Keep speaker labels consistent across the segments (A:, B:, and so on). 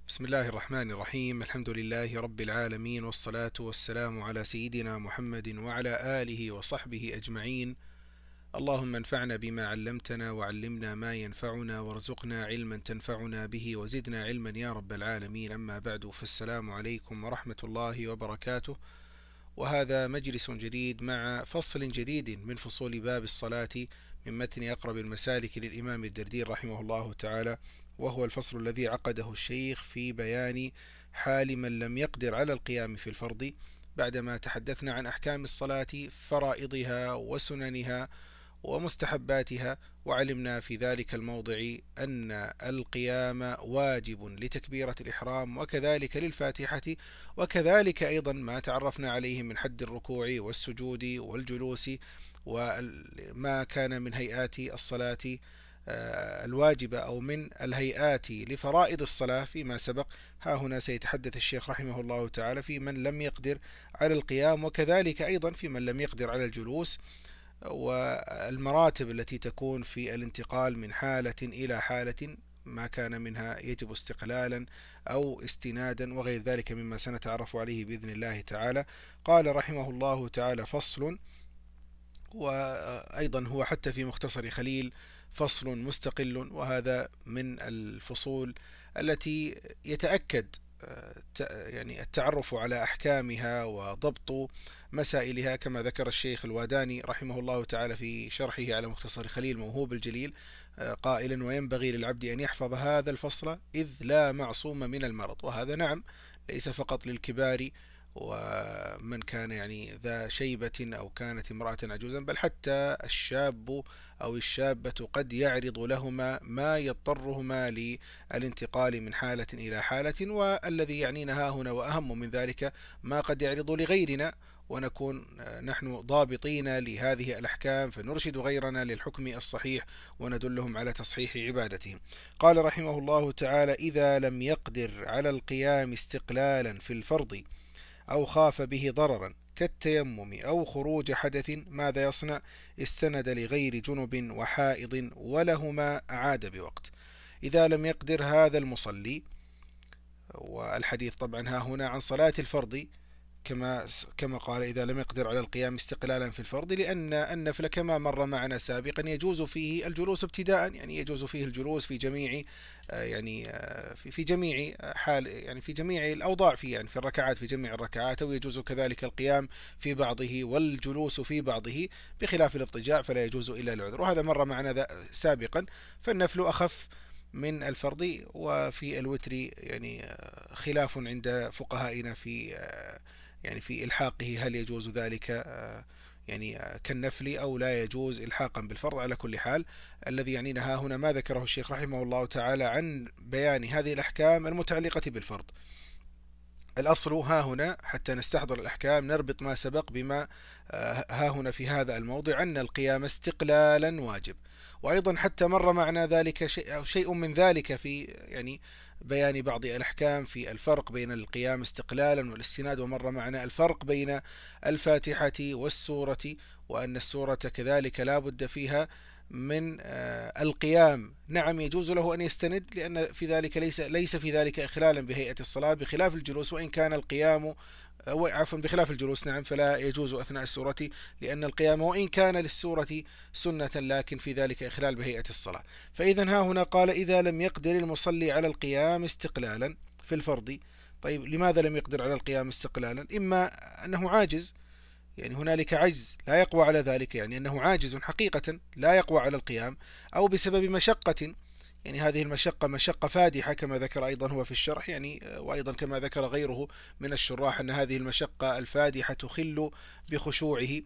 A: بسم الله الرحمن الرحيم. الحمد لله رب العالمين، والصلاة والسلام على سيدنا محمد وعلى آله وصحبه أجمعين. اللهم انفعنا بما علمتنا وعلمنا ما ينفعنا وارزقنا علما تنفعنا به وزدنا علما يا رب العالمين. أما بعد، فالسلام عليكم ورحمة الله وبركاته. وهذا مجلس جديد مع فصل جديد من فصول باب الصلاة من متن أقرب المسالك للإمام الدردير رحمه الله تعالى، وهو الفصل الذي عقده الشيخ في بيان حال من لم يقدر على القيام في الفرض، بعدما تحدثنا عن أحكام الصلاة، فرائضها وسننها ومستحباتها. وعلمنا في ذلك الموضع أن القيام واجب لتكبيرة الإحرام وكذلك للفاتحة، وكذلك أيضا ما تعرفنا عليه من حد الركوع والسجود والجلوس وما كان من هيئات الصلاة الواجبة أو من الهيئات لفرائض الصلاة فيما سبق. ها هنا سيتحدث الشيخ رحمه الله تعالى في من لم يقدر على القيام، وكذلك أيضا في من لم يقدر على الجلوس، والمراتب التي تكون في الانتقال من حالة إلى حالة، ما كان منها يجب استقلالا أو استنادا وغير ذلك مما سنتعرف عليه بإذن الله تعالى. قال رحمه الله تعالى: فصل. وأيضا هو حتى في مختصر خليل فصل مستقل، وهذا من الفصول التي يتأكد يعني التعرف على أحكامها وضبط مسائلها، كما ذكر الشيخ الواداني رحمه الله تعالى في شرحه على مختصر خليل موهوب الجليل قائلا: وينبغي للعبد أن يحفظ هذا الفصل إذ لا معصوم من المرض. وهذا نعم ليس فقط للكبار ومن كان يعني ذا شيبة أو كانت امرأة عجوزا، بل حتى الشاب أو الشابة قد يعرض لهما ما يضطرهما للانتقال من حالة إلى حالة. والذي يعنينا ها هنا وأهم من ذلك ما قد يعرض لغيرنا، ونكون نحن ضابطين لهذه الأحكام فنرشد غيرنا للحكم الصحيح وندلهم على تصحيح عبادتهم. قال رحمه الله تعالى: إذا لم يقدر على القيام استقلالا في الفرض أو خاف به ضررا كالتيمم أو خروج حدث، ماذا يصنع؟ استند لغير جنب وحائض ولهما أعاد بوقت. إذا لم يقدر هذا المصلي، والحديث طبعا ها هنا عن صلاة الفرض، كما قال: إذا لم يقدر على القيام استقلالا في الفرض، لأن النفل كما مر معنا سابقا يجوز فيه الجلوس ابتداء، يعني يجوز فيه الجلوس في جميع يعني في جميع حال، يعني في جميع الأوضاع، في يعني في الركعات، في جميع الركعات، أو يجوز كذلك القيام في بعضه والجلوس في بعضه، بخلاف الاضطجاع فلا يجوز إلا العذر، وهذا مر معنا سابقا. فالنفل أخف من الفرض. وفي الوتر يعني خلاف عند فقهائنا في يعني في إلحاقه، هل يجوز ذلك يعني كالنفل أو لا يجوز إلحاقا بالفرض. على كل حال، الذي يعنينا ها هنا ما ذكره الشيخ رحمه الله تعالى عن بيان هذه الأحكام المتعلقة بالفرض. الأصل ها هنا حتى نستحضر الأحكام نربط ما سبق بما ها هنا في هذا الموضع، أن القيام استقلالا واجب. وأيضا حتى مر معنا ذلك شيء أو شيء من ذلك في يعني بيان بعض الأحكام في الفرق بين القيام استقلالا والاستناد، ومر معنا الفرق بين الفاتحة والسورة، وأن السورة كذلك لا بد فيها من القيام. نعم يجوز له أن يستند، لأن في ذلك ليس في ذلك إخلالا بهيئة الصلاة، بخلاف الجلوس، وإن كان القيام عفوا بخلاف الجلوس نعم، فلا يجوز أثناء السورة، لأن القيام وإن كان للسورة سنة لكن في ذلك إخلال بهيئة الصلاة. فإذا ها هنا قال: إذا لم يقدر المصلي على القيام استقلالا في الفرض. طيب لماذا لم يقدر على القيام استقلالا؟ إما أنه عاجز، يعني هنالك عجز لا يقوى على ذلك، يعني أنه عاجز حقيقة لا يقوى على القيام، أو بسبب مشقة، يعني هذه المشقة مشقة فادحة كما ذكر أيضا هو في الشرح، يعني وأيضا كما ذكر غيره من الشراح أن هذه المشقة الفادحة تخل بخشوعه.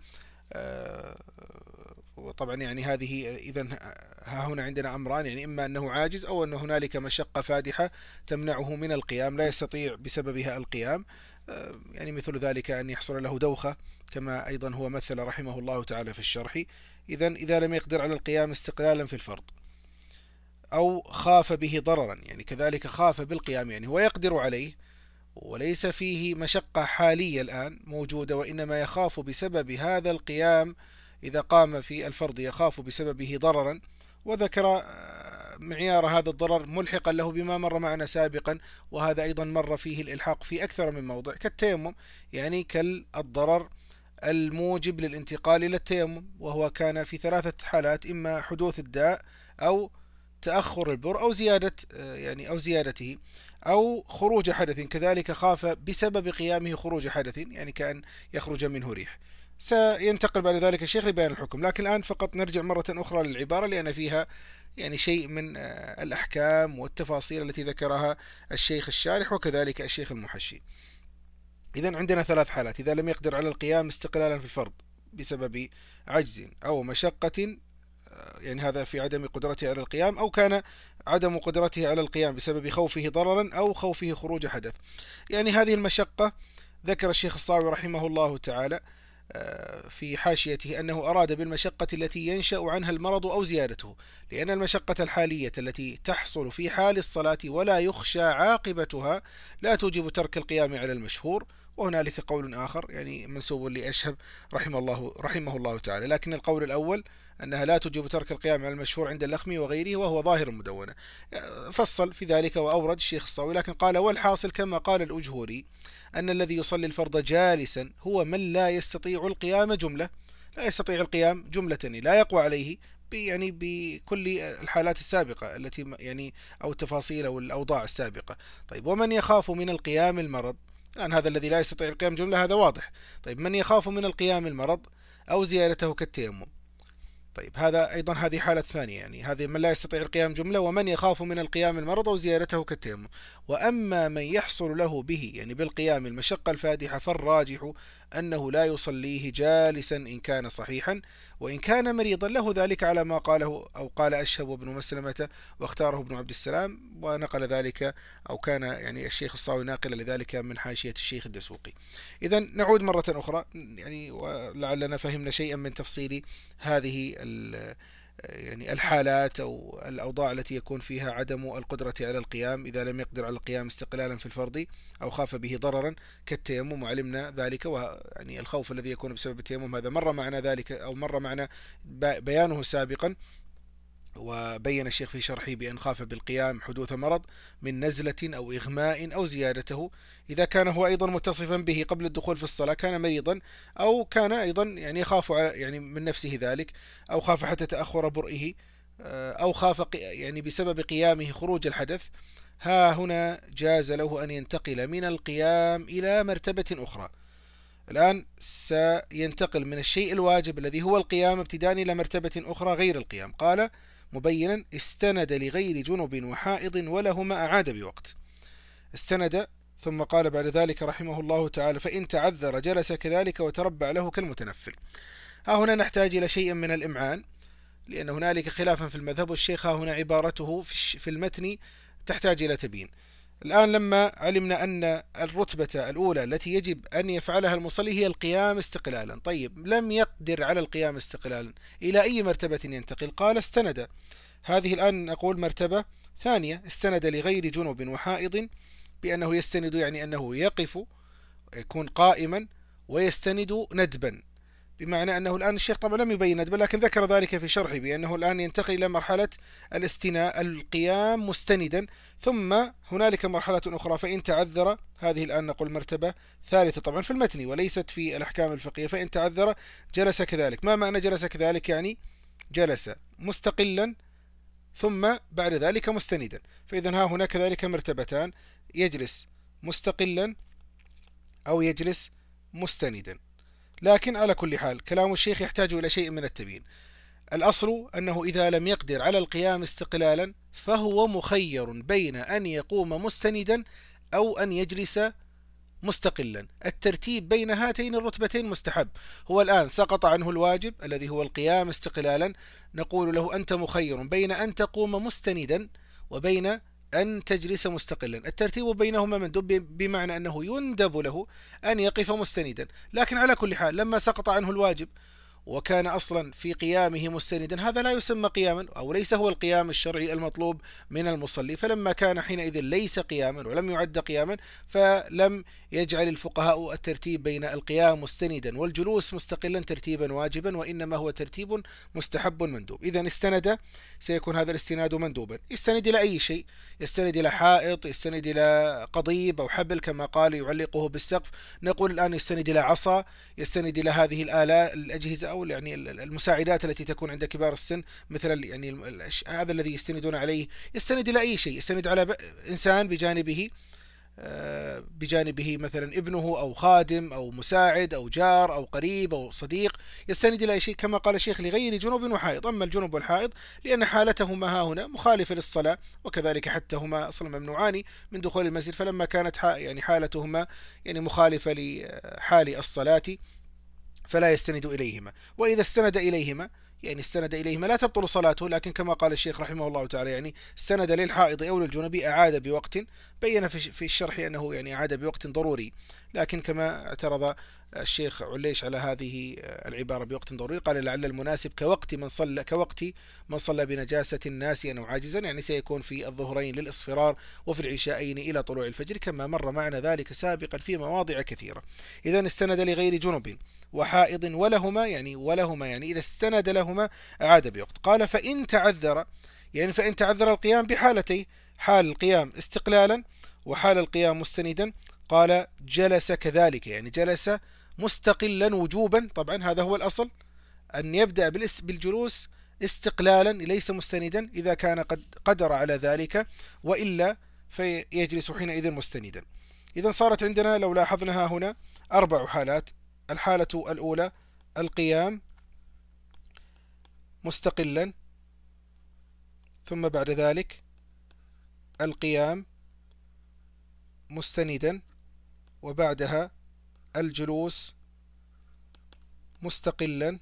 A: وطبعا يعني هذه إذا ها هنا عندنا أمران، يعني إما أنه عاجز أو أن هنالك مشقة فادحة تمنعه من القيام، لا يستطيع بسببها القيام. يعني مثل ذلك أن يحصل له دوخة، كما أيضا هو مثل رحمه الله تعالى في الشرح. إذا لم يقدر على القيام استقلالا في الفرض، أو خاف به ضررا، يعني كذلك خاف بالقيام، يعني هو يقدر عليه وليس فيه مشقة حالية الآن موجودة، وإنما يخاف بسبب هذا القيام إذا قام في الفرض يخاف بسببه ضررا. وذكر معيار هذا الضرر ملحقا له بما مر معنا سابقا، وهذا أيضا مر فيه الإلحاق في أكثر من موضع كالتيمم، يعني كالضرر الموجب للانتقال إلى التيمم، وهو كان في ثلاثة حالات: إما حدوث الداء، أو تأخر البر، أو زيادة أو زيادته، أو خروج حدث، كذلك خاف بسبب قيامه خروج حدث، يعني كأن يخرج منه ريح. سينتقل بعد ذلك الشيخ لبيان الحكم، لكن الآن فقط نرجع مرة أخرى للعبارة لأن فيها يعني شيء من الأحكام والتفاصيل التي ذكرها الشيخ الشارح وكذلك الشيخ المحشي. إذن عندنا ثلاث حالات: إذا لم يقدر على القيام استقلالا في الفرض بسبب عجز أو مشقة، يعني هذا في عدم قدرته على القيام، أو كان عدم قدرته على القيام بسبب خوفه ضررا أو خوفه خروج حدث. يعني هذه المشقة ذكر الشيخ الصاوي رحمه الله تعالى في حاشيته أنه أراد بالمشقة التي ينشأ عنها المرض أو زيادته، لأن المشقة الحالية التي تحصل في حال الصلاة ولا يخشى عاقبتها لا توجب ترك القيام على المشهور. وهنالك قول آخر يعني منسوب لأشهب رحمه الله تعالى، لكن القول الأول أنها لا توجب ترك القيام على المشهور عند اللخمي وغيره، وهو ظاهر المدونة. فصل في ذلك وأورد الشيخ الصاوي، لكن قال: والحاصل كما قال الأجهوري أن الذي يصلي الفرض جالسا هو من لا يستطيع القيام جملة، لا يستطيع القيام جملة، لا يقوى عليه يعني بكل الحالات السابقة التي يعني أو التفاصيل أو الأوضاع السابقة. طيب، ومن يخاف من القيام المرض، الآن هذا الذي لا يستطيع القيام جملة هذا واضح. طيب، من يخاف من القيام المرض أو زيادته كالتيمم. طيب، هذا أيضا هذه حالة ثانية، يعني هذه من لا يستطيع القيام جملة، ومن يخاف من القيام المرض أو زيادته كالتيمم. وأما من يحصل له به يعني بالقيام المشقة الفادحة فالراجح أنه لا يصليه جالسا إن كان صحيحا، وإن كان مريضا له ذلك على ما قاله أو قال أشهب بن مسلمة واختاره ابن عبد السلام، ونقل ذلك أو كان يعني الشيخ الصاوي ناقلا لذلك من حاشية الشيخ الدسوقي. إذا نعود مرة أخرى يعني ولعلنا فهمنا شيئا من تفصيل هذه يعني الحالات أو الأوضاع التي يكون فيها عدم القدرة على القيام إذا لم يقدر على القيام استقلالا في الفرض أو خاف به ضررا كالتيمم، وعلمنا ذلك. ويعني الخوف الذي يكون بسبب التيمم هذا مر معنا ذلك أو مر معنا بيانه سابقا، وبين الشيخ في شرحه بأن خاف بالقيام حدوث مرض من نزلة أو إغماء أو زيادته، إذا كان هو أيضا متصفا به قبل الدخول في الصلاة كان مريضا، أو كان أيضا يعني يخاف يعني من نفسه ذلك، أو خاف حتى تأخر برئه، أو خاف يعني بسبب قيامه خروج الحدث. ها هنا جاز له أن ينتقل من القيام إلى مرتبة أخرى. الآن سينتقل من الشيء الواجب الذي هو القيام ابتداء إلى مرتبة أخرى غير القيام. قال مبينا: استند لغير جنب وحائض ولهما أعاد بوقت. استند، ثم قال بعد ذلك رحمه الله تعالى: فإن تعذر جلس كذلك وتربع له كالمتنفل. ها هنا نحتاج إلى شيء من الإمعان، لأن هنالك خلافا في المذهب، والشيخ ها هنا عبارته في المتن تحتاج إلى تبيين. الآن لما علمنا أن الرتبة الأولى التي يجب أن يفعلها المصلي هي القيام استقلالا، طيب لم يقدر على القيام استقلالا إلى أي مرتبة ينتقل؟ قال: استند. هذه الآن نقول مرتبة ثانية، استند لغير جنب وحائض، بأنه يستند يعني أنه يقف يكون قائما ويستند ندبا، بمعنى أنه الآن الشيخ طبعا لم يبين ندبا، لكن ذكر ذلك في شرحه بأنه الآن ينتقل إلى مرحلة الاستناء القيام مستندا، ثم هنالك مرحلة أخرى فإن تعذر، هذه الآن نقول مرتبة ثالثة طبعا في المتن وليست في الأحكام الفقهية. فإن تعذر جلس كذلك. ما معنى جلس كذلك؟ يعني جلس مستقلا ثم بعد ذلك مستندا. فإذا ها هنا كذلك مرتبتان: يجلس مستقلا أو يجلس مستندا. لكن على كل حال كلام الشيخ يحتاج إلى شيء من التبيين. الأصل أنه إذا لم يقدر على القيام استقلالا فهو مخير بين أن يقوم مستندا أو أن يجلس مستقلا. الترتيب بين هاتين الرتبتين مستحب. هو الآن سقط عنه الواجب الذي هو القيام استقلالا، نقول له أنت مخير بين أن تقوم مستندا وبين أن تجلس مستقلا. الترتيب بينهما مندوب، بمعنى أنه يندب له أن يقف مستندا. لكن على كل حال لما سقط عنه الواجب وكان أصلا في قيامه مستندا، هذا لا يسمى قياما، أو ليس هو القيام الشرعي المطلوب من المصلي. فلما كان حينئذ ليس قياما ولم يعد قياما، فلم يجعل الفقهاء الترتيب بين القيام مستندا والجلوس مستقلا ترتيبا واجبا، وإنما هو ترتيب مستحب مندوب. إذا استند سيكون هذا الاستناد مندوبا. يستند إلى أي شيء، يستند إلى حائط، يستند إلى قضيب أو حبل كما قال يعلقه بالسقف. نقول الآن يستند إلى عصا، يستند إلى هذه الآلات الأجهزة أو يعني المساعدات التي تكون عند كبار السن، مثل يعني هذا الذي يستندون عليه. يستند إلى أي شيء، يستند على إنسان بجانبه مثلا ابنه أو خادم أو مساعد أو جار أو قريب أو صديق. يستند إلى شيء كما قال الشيخ لغير جنوب وحائض. أما الجنوب والحائض لأن حالتهما ها هنا مخالفة للصلاة، وكذلك حتى هما أصلا ممنوعان من دخول المسجد، فلما كانت يعني حالتهما يعني مخالفة لحال الصلاة فلا يستند إليهما. وإذا استند إليهما يعني استند إليهما لا تبطل صلاته، لكن كما قال الشيخ رحمه الله تعالى يعني استند للحائض أو للجنوب أعاد بوقت. بين في الشرح أنه يعني أعاد بوقت ضروري، لكن كما اعترض الشيخ عليش على هذه العبارة بوقت ضروري، قال لعل المناسب كوقت من صلى بنجاسة ناسيا أو عاجزا، يعني سيكون في الظهرين للإصفرار وفي العشاءين إلى طلوع الفجر، كما مر معنا ذلك سابقا في مواضع كثيرة. إذا استند لغير جنب وحائض ولهما يعني إذا استند لهما أعاد بوقت. قال فإن تعذر، يعني فإن تعذر القيام بحالتين، حال القيام استقلالا وحال القيام مستندا، قال جلس كذلك، يعني جلس مستقلا وجوبا. طبعا هذا هو الأصل، أن يبدأ بالجلوس استقلالا ليس مستندا إذا كان قد قدر على ذلك، وإلا فيجلس حينئذ مستندا. إذا صارت عندنا لو لاحظناها هنا 4 حالات. الحالة الأولى القيام مستقلا، ثم بعد ذلك القيام مستندا، وبعدها الجلوس مستقلا،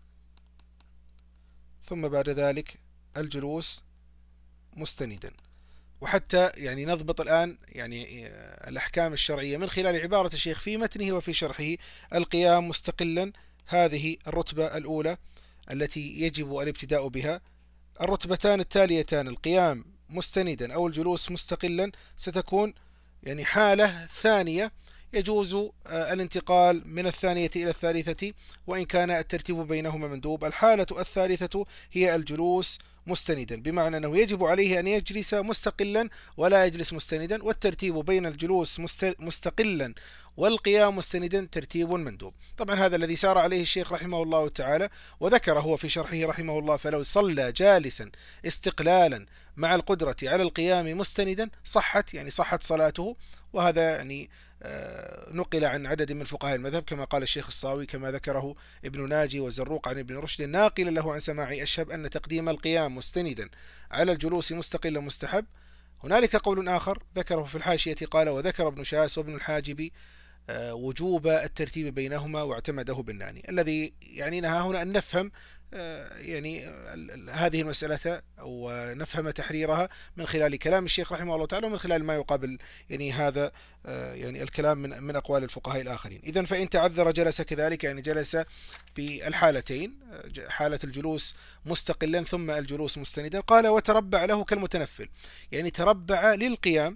A: ثم بعد ذلك الجلوس مستندا. وحتى يعني نضبط الآن يعني الأحكام الشرعية من خلال عبارة الشيخ في متنه وفي شرحه. القيام مستقلا هذه الرتبة الأولى التي يجب الابتداء بها. الرتبتان التاليتان القيام مستندا أو الجلوس مستقلا ستكون يعني حالة ثانية يجوز الانتقال من الثانية إلى الثالثة وإن كان الترتيب بينهما مندوب. الحالة الثالثة هي الجلوس مستندا، بمعنى أنه يجب عليه أن يجلس مستقلا ولا يجلس مستندا، والترتيب بين الجلوس مستقلا والقيام مستندا ترتيب مندوب. طبعا هذا الذي سار عليه الشيخ رحمه الله تعالى وذكر هو في شرحه رحمه الله. فلو صلى جالسا استقلالا مع القدرة على القيام مستندا صحت صلاته. وهذا يعني نقل عن عدد من فقهاء المذهب كما قال الشيخ الصاوي، كما ذكره ابن ناجي والزروق عن ابن رشد ناقلا له عن سماع أشهب أن تقديم القيام مستندا على الجلوس مستقلا مستحب. هنالك قول آخر ذكره في الحاشية قال وذكر ابن شاس وابن الحاجب وجوب الترتيب بينهما واعتمده بالناني، الذي يعني نهى هنا أن نفهم يعني هذه المسألة أو نفهم تحريرها من خلال كلام الشيخ رحمه الله تعالى ومن خلال ما يقابل يعني هذا يعني الكلام من أقوال الفقهاء الآخرين. إذن فإن تعذر جلس كذلك، يعني جلس بالحالتين، حالة الجلوس مستقلا ثم الجلوس مستندا. قال وتربع له كالمتنفل، يعني تربع للقيام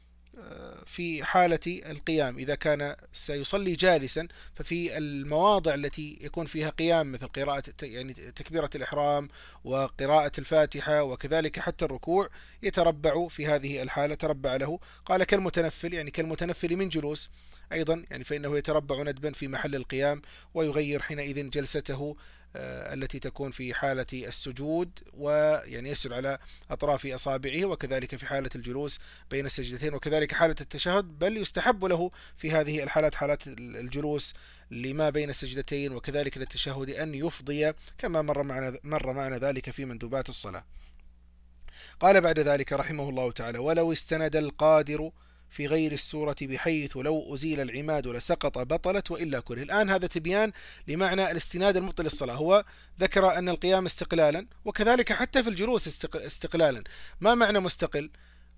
A: في حالة القيام إذا كان سيصلي جالسا، ففي المواضع التي يكون فيها قيام مثل قراءة يعني تكبيرة الإحرام وقراءة الفاتحة وكذلك حتى الركوع يتربع في هذه الحالة، تربع له. قال كالمتنفل، يعني كالمتنفل من جلوس أيضا، يعني فإنه يتربع ندبا في محل القيام ويغير حينئذ جلسته التي تكون في حالة السجود، ويعني يسجد على أطراف أصابعه، وكذلك في حالة الجلوس بين السجدتين، وكذلك حالة التشهد. بل يستحب له في هذه الحالات حالات الجلوس لما بين السجدتين وكذلك للتشهد أن يفضي، كما مر معنا ذلك في مندوبات الصلاة. قال بعد ذلك رحمه الله تعالى ولو استند القادر في غير السورة بحيث لو أزيل العماد لسقط بطلت وإلا كره. الآن هذا تبيان لمعنى الاستناد المبطل للصلاة. هو ذكر أن القيام استقلالا وكذلك حتى في الجلوس استقلالا. ما معنى مستقل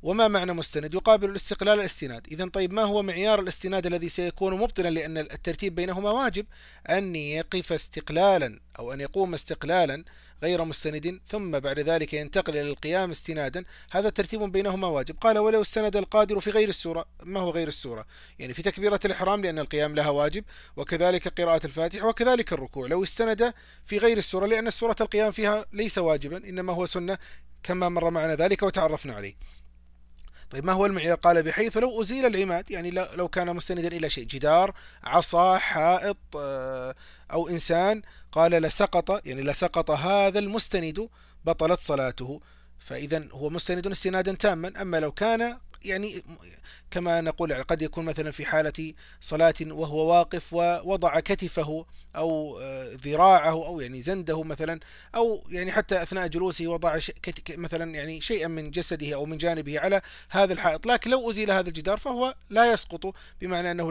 A: وما معنى مستند؟ يقابل الاستقلال الاستناد. إذن طيب ما هو معيار الاستناد الذي سيكون مبطلا؟ لأن الترتيب بينهما واجب، أن يقف استقلالا أو أن يقوم استقلالا غير مستند ثم بعد ذلك ينتقل إلى القيام استنادا، هذا ترتيب بينهما واجب. قال ولو استند القادر في غير السورة. ما هو غير السورة؟ يعني في تكبيرة الإحرام لأن القيام لها واجب، وكذلك قراءة الفاتحة، وكذلك الركوع. لو استند في غير السورة لأن السورة القيام فيها ليس واجبا إنما هو سنة كما مر معنا ذلك وتعرفنا عليه. طيب ما هو المعيار؟ قال بحيث لو أزيل العماد، يعني لو كان مستندا إلى شيء، جدار، عصا، حائط، أو إنسان، قال لسقط، يعني لسقط هذا المستند بطلت صلاته. فإذا هو مستند استنادا تاما. أما لو كان يعني كما نقول قد يكون مثلا في حالة صلاة وهو واقف ووضع كتفه أو ذراعه أو يعني زنده مثلا، أو يعني حتى أثناء جلوسه وضع مثلا يعني شيئا من جسده أو من جانبه على هذا الحائط، لكن لو أزيل هذا الجدار فهو لا يسقط، بمعنى أنه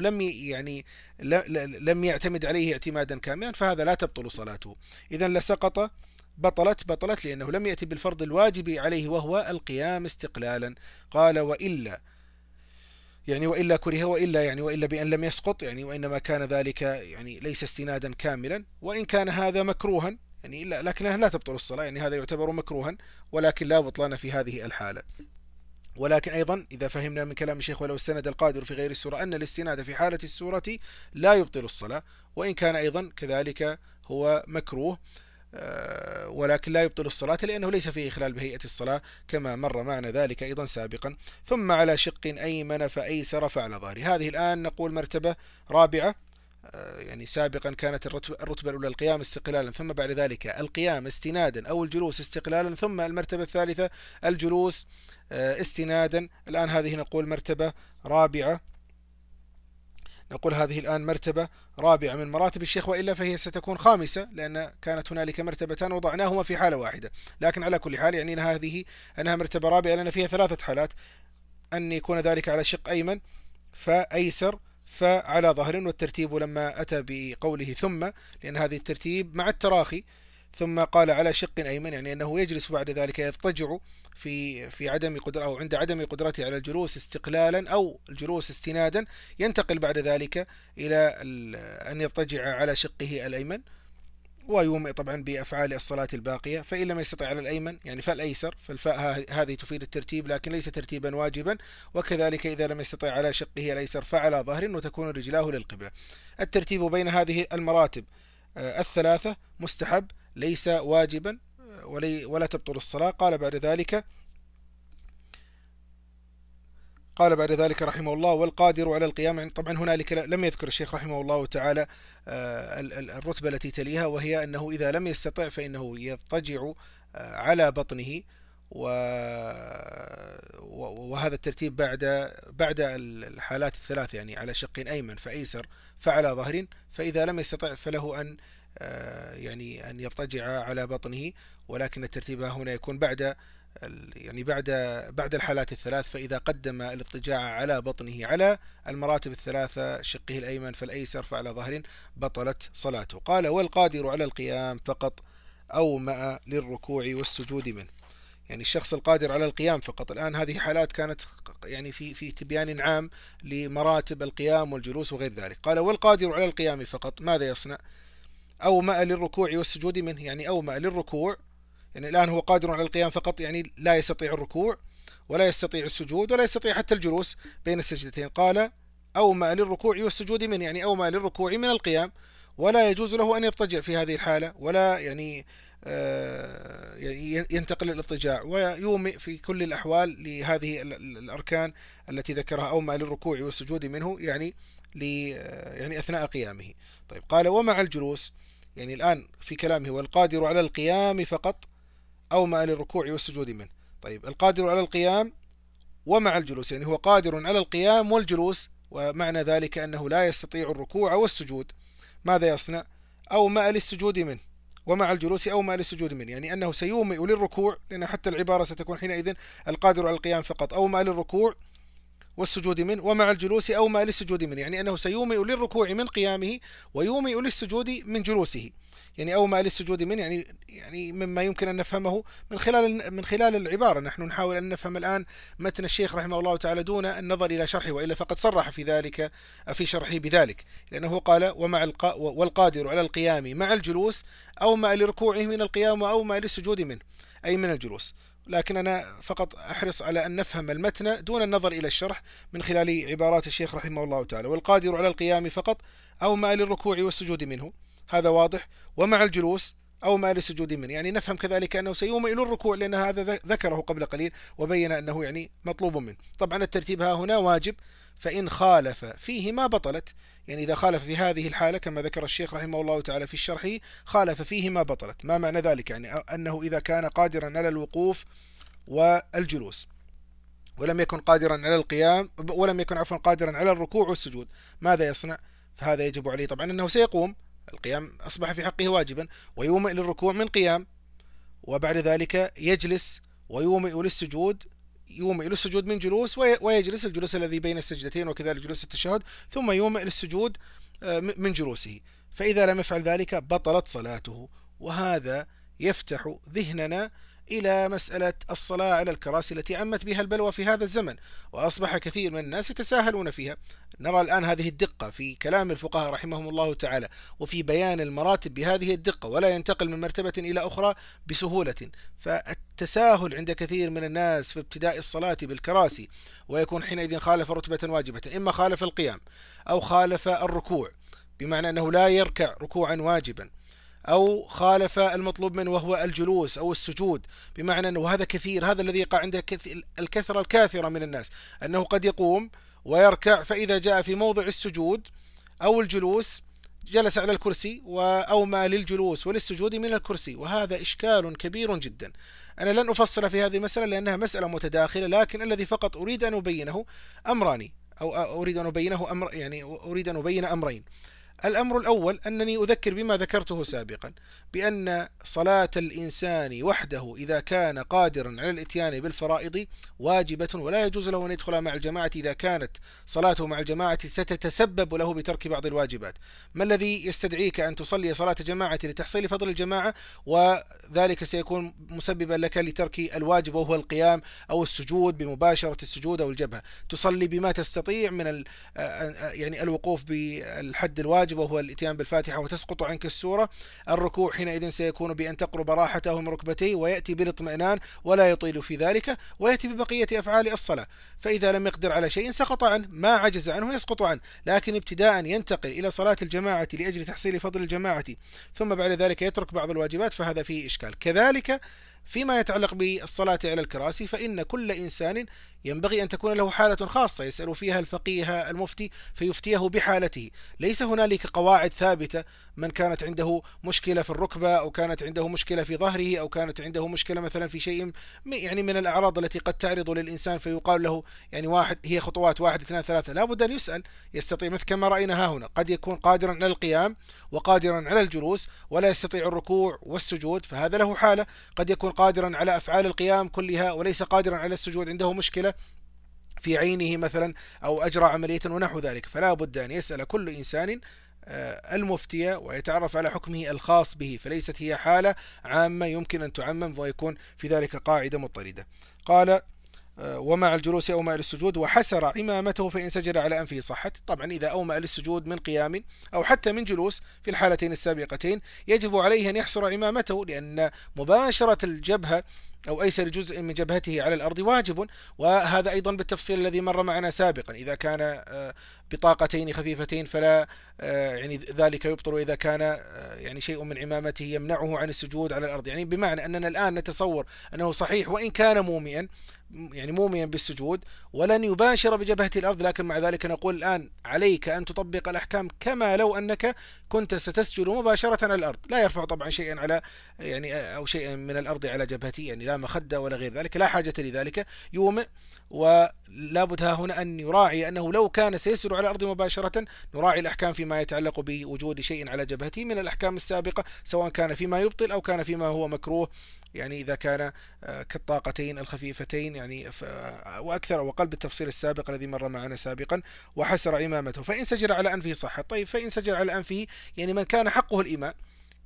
A: لم يعتمد عليه اعتمادا كاملا، فهذا لا تبطل صلاته. إذا لسقط بطلت لأنه لم يأتي بالفرض الواجب عليه وهو القيام استقلالا. قال وإلا، يعني وإلا كره، وإلا يعني وإلا بأن لم يسقط، يعني وإنما كان ذلك يعني ليس استنادا كاملا، وإن كان هذا مكروها يعني لكنها لا تبطل الصلاة، يعني هذا يعتبر مكروها ولكن لا بطلان في هذه الحالة. ولكن أيضا إذا فهمنا من كلام الشيخ ولو استند القادر في غير السورة أن الاستناد في حالة السورة لا يبطل الصلاة، وإن كان أيضا كذلك هو مكروه ولكن لا يبطل الصلاة لأنه ليس فيه إخلال بهيئة الصلاة كما مر معنا ذلك أيضا سابقا. ثم على شق أيمن فأيسر فعلى ظهري. هذه الآن نقول مرتبة رابعة، يعني سابقا كانت الرتبة الأولى القيام استقلالا، ثم بعد ذلك القيام استنادا أو الجلوس استقلالا، ثم المرتبة الثالثة الجلوس استنادا. الآن هذه نقول مرتبة رابعة، نقول هذه الآن مرتبة رابعة من مراتب الشيخ، وإلا فهي ستكون خامسة لأن كانت هنالك مرتبتان وضعناهما في حالة واحدة. لكن على كل حال يعني أنها مرتبة رابعة لأن فيها ثلاثة حالات، أن يكون ذلك على شق أيمن فأيسر فعلى ظهر، والترتيب لما أتى بقوله ثم لأن هذه الترتيب مع التراخي، ثم قال على شق أيمن يعني أنه يجلس بعد ذلك يضطجع في عدم قدرة أو عند عدم قدرته على الجلوس استقلالا أو الجلوس استنادا، ينتقل بعد ذلك إلى أن يضطجع على شقه الأيمن ويومئ طبعا بأفعال الصلاة الباقية. فإن لم يستطع على الأيمن يعني فالأيسر، فالفاء هذه تفيد الترتيب لكن ليس ترتيبا واجبا، وكذلك إذا لم يستطع على شقه الأيسر فعلى ظهر وتكون رجلاه للقبلة. الترتيب بين هذه المراتب الثلاثة مستحب ليس واجبا ولا تبطل الصلاة. قال بعد ذلك رحمه الله والقادر على القيام، يعني طبعا هنالك لم يذكر الشيخ رحمه الله تعالى الرتبة التي تليها، وهي أنه إذا لم يستطع فإنه يضطجع على بطنه، وهذا الترتيب بعد الحالات الثلاث، يعني على شق أيمن فأيسر فعلى ظهر. فإذا لم يستطع فله أن يعني أن يضطجع على بطنه، ولكن الترتيب هنا يكون بعد الحالات الثلاث. فإذا قدم الاضطجاع على بطنه على المراتب الثلاثة شقه الأيمن فالأيسر فعلى ظهر بطلت صلاته. قال والقادر على القيام فقط أومأ للركوع والسجود منه، يعني الشخص القادر على القيام فقط. الآن هذه حالات كانت يعني في تبيان عام لمراتب القيام والجلوس وغير ذلك. قال والقادر على القيام فقط ماذا يصنع؟ أومأ للركوع والسجود منه، يعني أومأ للركوع، يعني الآن هو قادر على القيام فقط، يعني لا يستطيع الركوع ولا يستطيع السجود ولا يستطيع حتى الجلوس بين السجدتين. قال أومأ للركوع والسجود منه، يعني أومأ للركوع من القيام، ولا يجوز له أن يضطجع في هذه الحالة ولا يعني ينتقل الاضطجاع، ويومئ في كل الأحوال لهذه الأركان التي ذكرها أومأ للركوع والسجود منه، يعني أثناء قيامه. طيب قال ومع الجلوس، يعني الآن في كلامه والقادر على القيام فقط أومأ للركوع والسجود منه. طيب القادر على القيام ومع الجلوس، يعني هو قادر على القيام والجلوس، ومعنى ذلك أنه لا يستطيع الركوع والسجود، ماذا يصنع؟ أومأ للسجود منه، ومع الجلوس أومأ للسجود منه، يعني أنه سيومئ للركوع، لأن حتى العبارة ستكون حينئذ القادر على القيام فقط أومأ للركوع والسجود منه، ومع الجلوس أومأ للسجود منه، يعني أنه سيومئ للركوع من قيامه ويومئ للسجود من جلوسه. يعني أومأ للسجود من، يعني مما يمكن أن نفهمه من خلال العبارة. نحن نحاول أن نفهم الآن متن الشيخ رحمه الله تعالى دون النظر إلى شرحه، وإلا فقد صرح في ذلك في شرحه بذلك، لأنه قال والقادر على القيام مع الجلوس أومأ لركوعه من القيام وأومأ للسجود منه، أي من الجلوس. لكن أنا فقط أحرص على أن نفهم المتن دون النظر إلى الشرح من خلال عبارات الشيخ رحمه الله تعالى. والقادر على القيام فقط أومأ للركوع والسجود منه، هذا واضح. ومع الجلوس أومأ للسجود منه، يعني نفهم كذلك أنه سيومئ إلى الركوع، لأن هذا ذكره قبل قليل وبين أنه يعني مطلوب منه. طبعا الترتيب ها هنا واجب، فإن خالف فيه ما بطلت، يعني إذا خالف في هذه الحالة كما ذكر الشيخ رحمه الله تعالى في الشرح خالف فيه ما بطلت. ما معنى ذلك؟ يعني أنه إذا كان قادرا على الوقوف والجلوس ولم يكن قادرا على القيام، ولم يكن عفوا قادرا على الركوع والسجود، ماذا يصنع؟ فهذا يجب عليه طبعا أنه سيقوم، القيام أصبح في حقه واجبا، ويومئ للركوع من قيام، وبعد ذلك يجلس ويومئ للسجود، يومئ للسجود من جلوس، ويجلس الجلوس الذي بين السجدتين، وكذلك جلوس التشهد، ثم يومئ للسجود من جلوسه. فإذا لم يفعل ذلك بطلت صلاته. وهذا يفتح ذهننا إلى مسألة الصلاة على الكراسي التي عمت بها البلوى في هذا الزمن، وأصبح كثير من الناس يتساهلون فيها. نرى الآن هذه الدقة في كلام الفقهاء رحمهم الله تعالى، وفي بيان المراتب بهذه الدقة، ولا ينتقل من مرتبة إلى أخرى بسهولة. فالتساهل عند كثير من الناس في ابتداء الصلاة بالكراسي، ويكون حينئذ خالف رتبة واجبة، إما خالف القيام أو خالف الركوع، بمعنى أنه لا يركع ركوعا واجبا، أو خالف المطلوب منه وهو الجلوس أو السجود، بمعنى أنه هذا كثير، هذا الذي يقع عند الكثرة الكاثرة من الناس، أنه قد يقوم ويركع، فإذا جاء في موضع السجود أو الجلوس جلس على الكرسي وأومى للجلوس وللسجود من الكرسي، وهذا إشكال كبير جدا. أنا لن أفصل في هذه المسألة لأنها مسألة متداخلة، لكن الذي فقط أريد أن أبينه أمران، أو أريد أن أبينه يعني أريد أن أبين أمرين. الأمر الأول أنني أذكر بما ذكرته سابقا، بأن صلاة الإنسان وحده إذا كان قادرا على الإتيان بالفرائض واجبة، ولا يجوز له أن يدخل مع الجماعة إذا كانت صلاته مع الجماعة ستتسبب له بترك بعض الواجبات. ما الذي يستدعيك أن تصلي صلاة جماعة لتحصيل فضل الجماعة، وذلك سيكون مسببا لك لترك الواجب وهو القيام أو السجود بمباشرة السجود أو الجبهة؟ تصلي بما تستطيع من يعني الوقوف بالحد الواجب وهو الاتيان بالفاتحة وتسقط عنك السورة. الركوع حينئذ سيكون بأن تقرب راحته من ركبتيه ويأتي بالاطمئنان ولا يطيل في ذلك، ويأتي ببقية أفعال الصلاة. فإذا لم يقدر على شيء سقط عنه، ما عجز عنه يسقط عنه، لكن ابتداء ينتقل إلى صلاة الجماعة لأجل تحصيل فضل الجماعة، ثم بعد ذلك يترك بعض الواجبات، فهذا فيه إشكال. كذلك فيما يتعلق بالصلاة على الكراسي، فإن كل إنسان ينبغي أن تكون له حالة خاصة يسأل فيها الفقيه المفتي فيفتيه بحالته. ليس هنالك قواعد ثابتة، من كانت عنده مشكلة في الركبة، أو كانت عنده مشكلة في ظهره، أو كانت عنده مشكلة مثلا في شيء يعني من الأعراض التي قد تعرض للإنسان، فيقال له يعني واحد، هي خطوات 1 2 3، لا بد أن يسأل، يستطيع، مثل كما رأينا ها هنا، قد يكون قادرا على القيام وقادرا على الجلوس ولا يستطيع الركوع والسجود، فهذا له حالة. قد يكون قادرا على أفعال القيام كلها وليس قادرا على السجود، عنده مشكلة في عينه مثلا، أو أجرى عملية ونحو ذلك. فلا بد أن يسأل كل إنسان المفتي ويتعرف على حكمه الخاص به، فليست هي حالة عامة يمكن أن تعمم ويكون في ذلك قاعدة مضطردة. قال ومع الجلوس أومأ للسجود وحسر عمامته فإن سجد على أنفه صحت. طبعا إذا أومأ للسجود من قيام أو حتى من جلوس في الحالتين السابقتين يجب عليه أن يحسر عمامته، لأن مباشرة الجبهة أو أيسر جزء من جبهته على الأرض واجب، وهذا أيضا بالتفصيل الذي مر معنا سابقا. إذا كان بطاقتين خفيفتين فلا يعني ذلك يبطل إذا كان يعني شيء من عمامته يمنعه عن السجود على الأرض، يعني بمعنى أننا الآن نتصور أنه صحيح وإن كان مومئا، يعني موميا بالسجود ولن يباشر بجبهة الأرض، لكن مع ذلك نقول الآن عليك أن تطبق الأحكام كما لو أنك كنت ستسجد مباشرة على الأرض، لا يرفع طبعا شيئا على يعني أو شيئا من الأرض على جبهتي، يعني لا مخدة ولا غير ذلك، لا حاجة لذلك، يومئ. ولا بد هنا أن يراعي أنه لو كان سيسجد على الأرض مباشرة نراعي الأحكام فيما يتعلق بوجود شيء على جبهته من الأحكام السابقة، سواء كان فيما يبطل أو كان فيما هو مكروه، يعني إذا كان كالطاقتين الخفيفتين يعني وأكثر، وقلب التفصيل السابق الذي مر معنا سابقا. وحسر عمامته فإن سجد على أنفه صحت. طيب فإن سجد على أنفه يعني من كان حقه الإماء،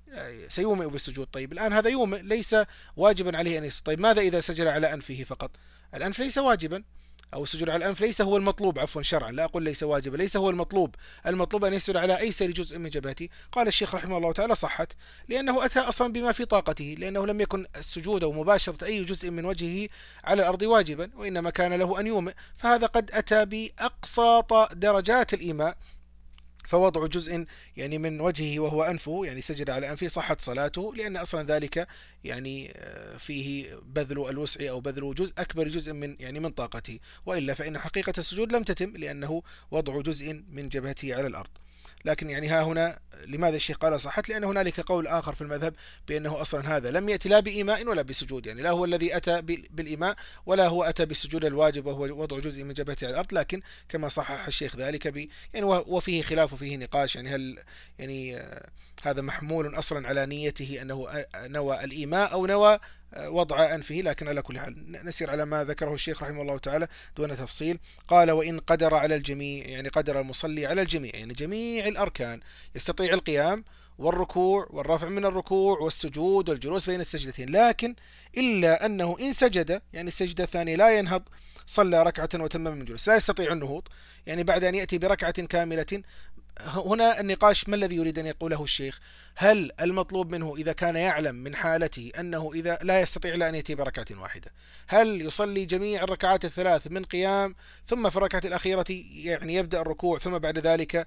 A: سيومئ بالسجود. طيب الآن هذا يومئ ليس واجبا عليه أن يسجد. طيب ماذا إذا سجد على أنفه فقط؟ الأنف ليس واجبا، أو السجود على الأنف ليس هو المطلوب، عفوا شرعا، لا أقول ليس واجبا، ليس هو المطلوب. المطلوب أن يسجد على أيسر جزء من جبهته. قال الشيخ رحمه الله تعالى صحت، لأنه أتى أصلا بما في طاقته، لأنه لم يكن السجود أو مباشرة أي جزء من وجهه على الأرض واجبا، وإنما كان له أن يومئ، فهذا قد أتى بأقصى درجات الإيماء، فوضع جزء يعني من وجهه وهو أنفه، يعني سجد على أنفه، صحت صلاته، لأن أصلا ذلك يعني فيه بذل الوسع أو بذل جزء أكبر جزء من يعني من طاقته، وإلا فإن حقيقة السجود لم تتم، لأنه وضع جزء من جبهته على الأرض. لكن يعني ها هنا لماذا الشيخ قال صحت؟ لأن هنالك قول آخر في المذهب بأنه أصلا هذا لم يأتي لا بإيماء ولا بسجود، يعني لا هو الذي أتى بالإيماء ولا هو أتى بالسجود الواجب وهو وضع جزء من جبهته على الأرض، لكن كما صحح الشيخ ذلك يعني وفيه خلاف وفيه نقاش، يعني هل يعني هذا محمول أصلا على نيته أنه نوى الإيماء أو نوى وضع أنفه. لكن على كل حال نسير على ما ذكره الشيخ رحمه الله تعالى دون تفصيل. قال وإن قدر على الجميع، يعني قدر المصلي على الجميع، يعني جميع الأركان، يستطيع القيام والركوع والرفع من الركوع والسجود والجلوس بين السجدتين، لكن إلا أنه إن سجد يعني السجدة الثانية لا ينهض، صلى ركعة وتمم من جلوس، لا يستطيع النهوض يعني بعد أن يأتي بركعة كاملة. هنا النقاش ما الذي يريد أن يقوله الشيخ؟ هل المطلوب منه إذا كان يعلم من حالته أنه إذا لا يستطيع إلا أن يأتي بركعة واحدة، هل يصلي جميع الركعات الثلاث من قيام، ثم في الركعة الأخيرة يعني يبدأ الركوع، ثم بعد ذلك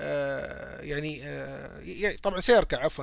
A: طبعا سيركع، عفوا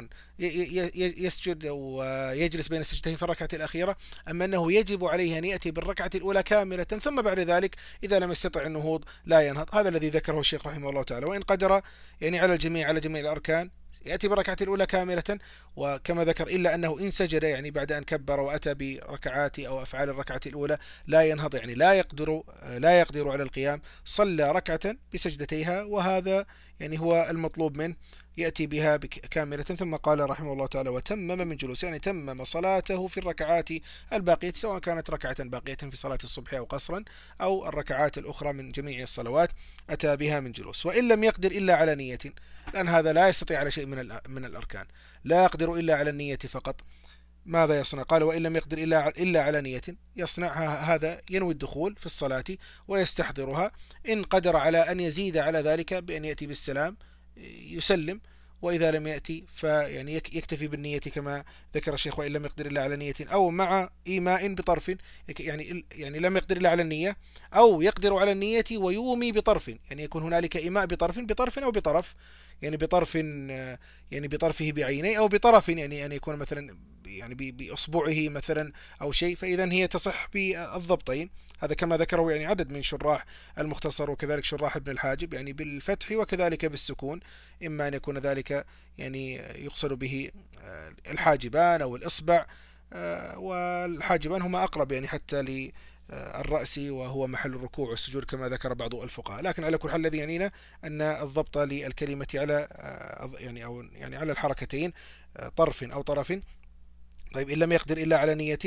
A: يسجد ويجلس بين السجدتين في الركعة الأخيرة، أما أنه يجب عليه أن يأتي بالركعة الأولى كاملة، ثم بعد ذلك إذا لم يستطع النهوض لا ينهض. هذا الذي ذكره الشيخ رحمه الله تعالى. وإن قدر يعني على الجميع، على جميع الأركان، يأتي بالركعة الأولى كاملة، وكما ذكر إلا أنه إن سجد يعني بعد أن كبر وأتى بركعات أو أفعال الركعة الأولى لا ينهض، يعني لا يقدر على القيام، صلى ركعة بسجدتيها، وهذا يعني هو المطلوب منه، يأتي بها كاملة. ثم قال رحمه الله تعالى وتمم من جلوس، يعني تمم صلاته في الركعات الباقية، سواء كانت ركعة باقية في صلاة الصبح أو قصرا، أو الركعات الأخرى من جميع الصلوات أتى بها من جلوس. وإن لم يقدر إلا على نية، لأن هذا لا يستطيع على شيء من الأركان، لا يقدر إلا على النية فقط، ماذا يصنع؟ قال وإن لم يقدر إلا على نية، يصنع هذا، ينوي الدخول في الصلاة ويستحضرها. إن قدر على أن يزيد على ذلك بأن يأتي بالسلام يسلم، وإذا لم يأتي فيعني يكتفي بالنية كما ذكر الشيخ، وإن لم يقدر إلا على نية أو مع إيماء بطرف، يعني لم يقدر إلا على النية، أو يقدر على النية ويومي بطرف، يعني يكون هنالك إيماء بطرف أو بطرف، يعني بطرف يعني بطرفه بعينيه، أو بطرف يعني أن يكون مثلا يعني بإصبعه مثلا أو شيء، فإذا هي تصح بالضبطين. هذا كما ذكره يعني عدد من شراح المختصر، وكذلك شراح ابن الحاجب، يعني بالفتح وكذلك بالسكون، إما أن يكون ذلك يعني يقصد به الحاجبان أو الإصبع، والحاجبان هما أقرب يعني حتى للرأس، وهو محل الركوع والسجود كما ذكر بعض الفقهاء. لكن على كل حال الذي يعنينا أن الضبط للكلمة على يعني على الحركتين، طرف أو طرف. طيب إن لم يقدر إلا على نية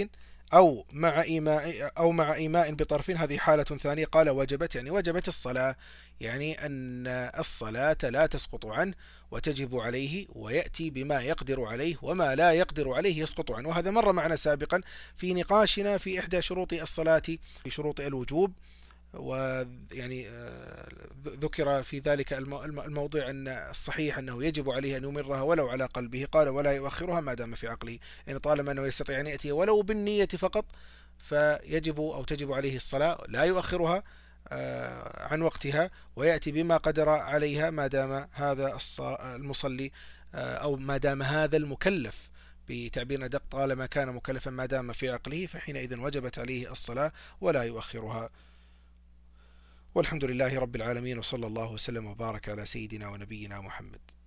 A: أو مع إيماء بطرف، هذه حالة ثانية. قال وجبت، يعني وجبت الصلاة، يعني أن الصلاة لا تسقط عنه وتجب عليه، ويأتي بما يقدر عليه، وما لا يقدر عليه يسقط عنه. وهذا مر معنا سابقا في نقاشنا في إحدى شروط الصلاة، في شروط الوجوب، ويعني ذكر في ذلك الموضع أن الصحيح أنه يجب عليه أن يمرها ولو على قلبه، قال ولا يؤخرها ما دام في عقله، يعني طالما أنه يستطيع أن يأتي ولو بالنية فقط فيجب أو تجب عليه الصلاة، لا يؤخرها عن وقتها، ويأتي بما قدر عليها ما دام هذا المصلي أو ما دام هذا المكلف، بتعبير أدق طالما كان مكلفا ما دام في عقله، فحينئذ وجبت عليه الصلاة ولا يؤخرها. والحمد لله رب العالمين، وصلى الله وسلم وبارك على سيدنا ونبينا محمد.